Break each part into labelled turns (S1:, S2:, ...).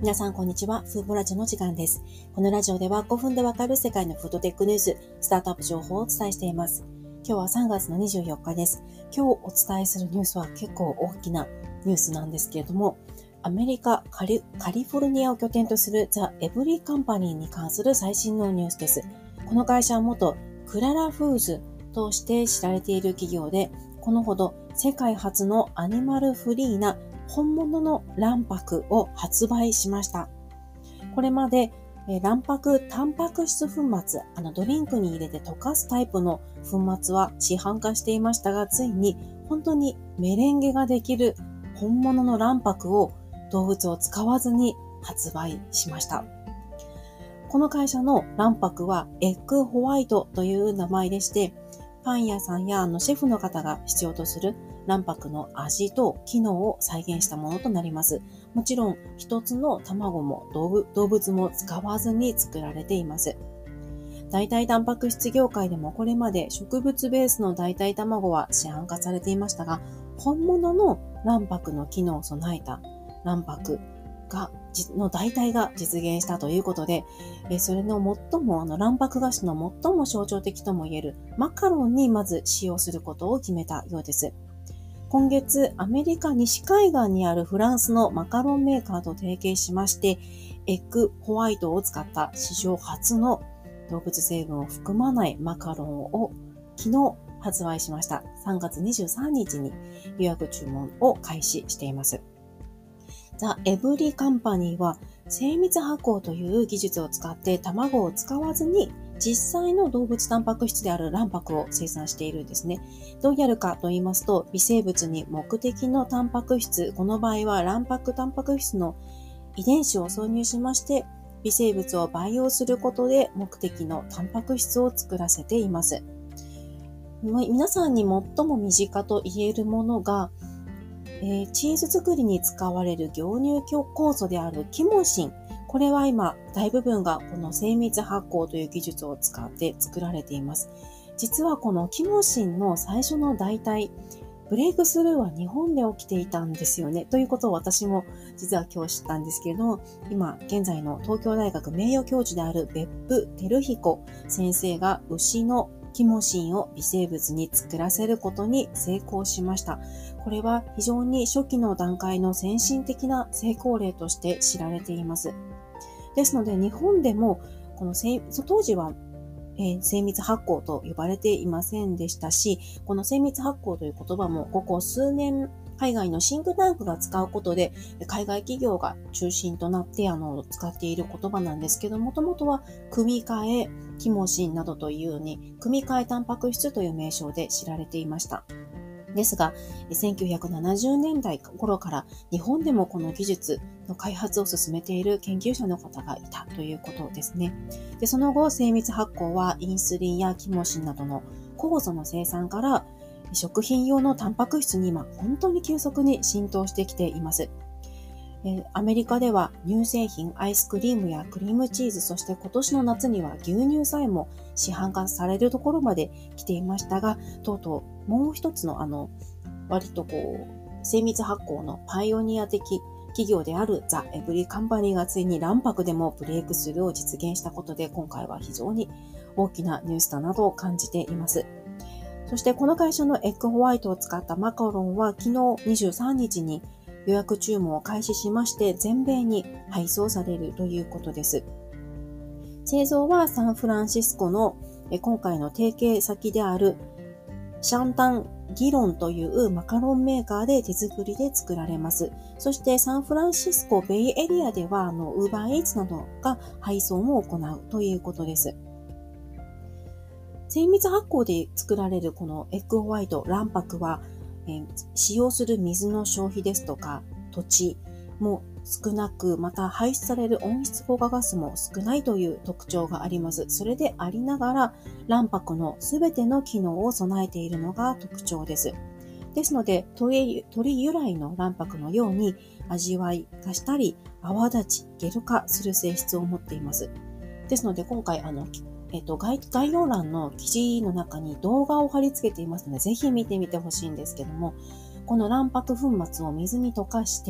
S1: 皆さんこんにちは。フーボラジオの時間です。このラジオでは5分でわかる世界のフードテックニュース、スタートアップ情報をお伝えしています。今日は3月の24日です。今日お伝えするニュースは結構大きなニュースなんですけれども、アメリカカリフォルニアを拠点とするザ・エブリカンパニーに関する最新のニュースです。この会社は元クララフーズとして知られている企業で、このほど世界初のアニマルフリーな本物の卵白を発売しました。これまで卵白タンパク質粉末、ドリンクに入れて溶かすタイプの粉末は市販化していましたが、ついに本当にメレンゲができる本物の卵白を動物を使わずに発売しました。この会社の卵白はエッグホワイトという名前でして、パン屋さんやシェフの方が必要とする卵白の味と機能を再現したものとなります。もちろん一つの卵も動物も使わずに作られています。代替タンパク質業界でもこれまで植物ベースの代替卵は市販化されていましたが、本物の卵白の機能を備えた卵白の代替が実現したということで、それの最も卵白菓子の最も象徴的ともいえるマカロンにまず使用することを決めたようです。今月、アメリカ西海岸にあるフランスのマカロンメーカーと提携しまして、エッグホワイトを使った史上初の動物成分を含まないマカロンを昨日発売しました。3月23日に予約注文を開始しています。ザ・エブリカンパニーは精密発酵という技術を使って卵を使わずに実際の動物タンパク質である卵白を生産しているんですね。どうやるかと言いますと、微生物に目的のタンパク質、この場合は卵白タンパク質の遺伝子を挿入しまして、微生物を培養することで目的のタンパク質を作らせています。皆さんに最も身近と言えるものが、チーズ作りに使われる凝乳酵素であるキモシン。これは今、大部分がこの精密発酵という技術を使って作られています。実はこのキモシンの最初の代替、ブレイクスルーは日本で起きていたんですよね。ということを私も実は今日知ったんですけれども、今現在の東京大学名誉教授である別府照彦先生が牛のキモシンを微生物に作らせることに成功しました。これは非常に初期の段階の先進的な成功例として知られています。ですので日本でもこの当時は精密発酵と呼ばれていませんでしたし、この精密発酵という言葉もここ数年海外のシンクタンクが使うことで海外企業が中心となって使っている言葉なんですけど、もともとは組み換えキモシンなどというように組み換えタンパク質という名称で知られていました。ですが、1970年代頃から日本でもこの技術の開発を進めている研究者の方がいたということですね。で、その後、精密発酵はインスリンやキモシンなどの酵素の生産から食品用のタンパク質に今本当に急速に浸透してきています。アメリカでは乳製品、アイスクリームやクリームチーズ、そして今年の夏には牛乳さえも市販化されるところまで来ていましたが、とうとうもう一つの割と精密発酵のパイオニア的企業であるザ・エブリカンパニーがついに卵白でもブレイクスルーを実現したことで、今回は非常に大きなニュースだなと感じています。そしてこの会社のエッグホワイトを使ったマカロンは昨日23日に予約注文を開始しまして全米に配送されるということです。製造はサンフランシスコの今回の提携先であるシャンタンギロンというマカロンメーカーで手作りで作られます。そしてサンフランシスコベイエリアではウーバーイーツなどが配送も行うということです。精密発酵で作られるこのエッグホワイト卵白は使用する水の消費ですとか土地も少なく、また排出される温室効果ガスも少ないという特徴があります。それでありながら卵白のすべての機能を備えているのが特徴です。ですので鳥由来の卵白のように味わいがしたり泡立ち、ゲル化する性質を持っています。ですので今回概要欄の記事の中に動画を貼り付けていますので、ぜひ見てみてほしいんですけども、この卵白粉末を水に溶かして、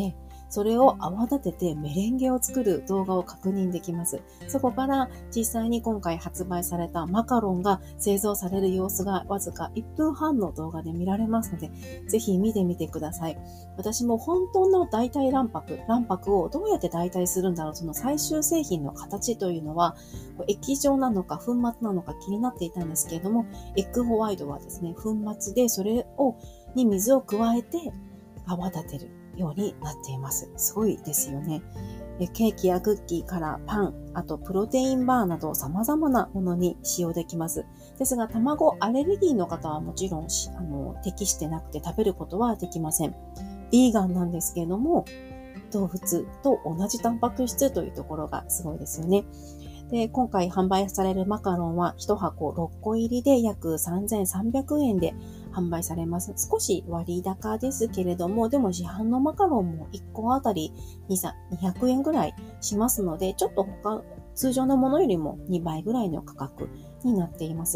S1: それを泡立ててメレンゲを作る動画を確認できます。そこから実際に今回発売されたマカロンが製造される様子がわずか1分半の動画で見られますので、ぜひ見てみてください。私も本当の代替卵白をどうやって代替するんだろう、その最終製品の形というのは、液状なのか粉末なのか気になっていたんですけれども、エッグホワイトはですね、粉末でそれに水を加えて泡立てるようになっています。すごいですよね。ケーキやクッキーからパン、あとプロテインバーなど様々なものに使用できます。ですが、卵アレルギーの方はもちろん適してなくて食べることはできません。ビーガンなんですけれども、動物と同じタンパク質というところがすごいですよね。で、今回販売されるマカロンは1箱6個入りで約3300円で販売されます。少し割高ですけれども、でも市販のマカロンも1個あたり200円ぐらいしますので、ちょっと通常のものよりも2倍ぐらいの価格になっています。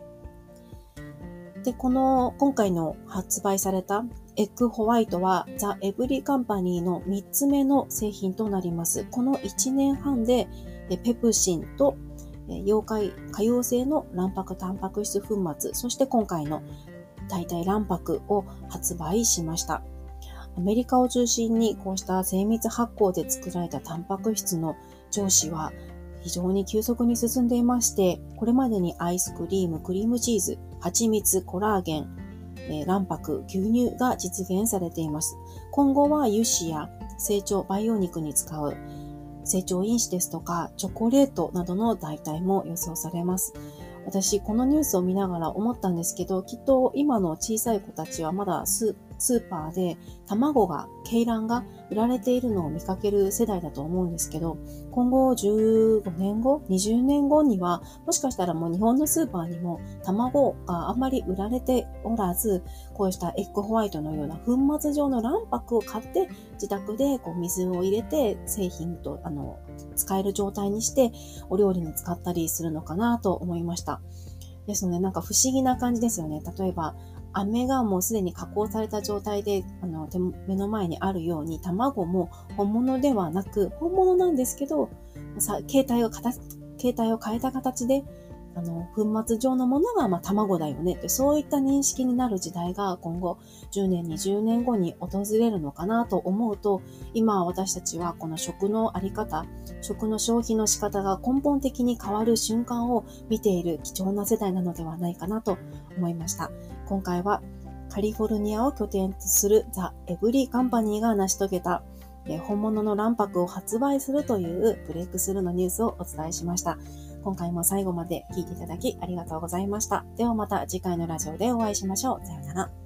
S1: で、今回の発売されたエッグホワイトはザ・エブリカンパニーの3つ目の製品となります。この1年半でペプシンと可溶性の卵白タンパク質粉末、そして今回の代替卵白を発売しました。アメリカを中心にこうした精密発酵で作られたタンパク質の上司は非常に急速に進んでいまして、これまでにアイスクリーム、クリームチーズ、蜂蜜、コラーゲン、卵白、牛乳が実現されています。今後は油脂や培養肉に使う成長因子ですとかチョコレートなどの代替も予想されます。私このニュースを見ながら思ったんですけど、きっと今の小さい子たちはまだスーパーで鶏卵が売られているのを見かける世代だと思うんですけど、今後15年後、20年後にはもしかしたらもう日本のスーパーにも卵があんまり売られておらず、こうしたエッグホワイトのような粉末状の卵白を買って自宅で水を入れて製品と使える状態にしてお料理に使ったりするのかなと思いました。ですのでなんか不思議な感じですよね。例えば飴がもうすでに加工された状態で目の前にあるように、卵も本物ではなく本物なんですけど、形態を変えた形で粉末状のものが卵だよねって、そういった認識になる時代が今後10年、20年後に訪れるのかなと思うと、今私たちはこの食のあり方、食の消費の仕方が根本的に変わる瞬間を見ている貴重な世代なのではないかなと思いました。今回はカリフォルニアを拠点とするザ・エブリーカンパニーが成し遂げた本物の卵白を発売するというブレイクスルーのニュースをお伝えしました。今回も最後まで聞いていただきありがとうございました。ではまた次回のラジオでお会いしましょう。さようなら。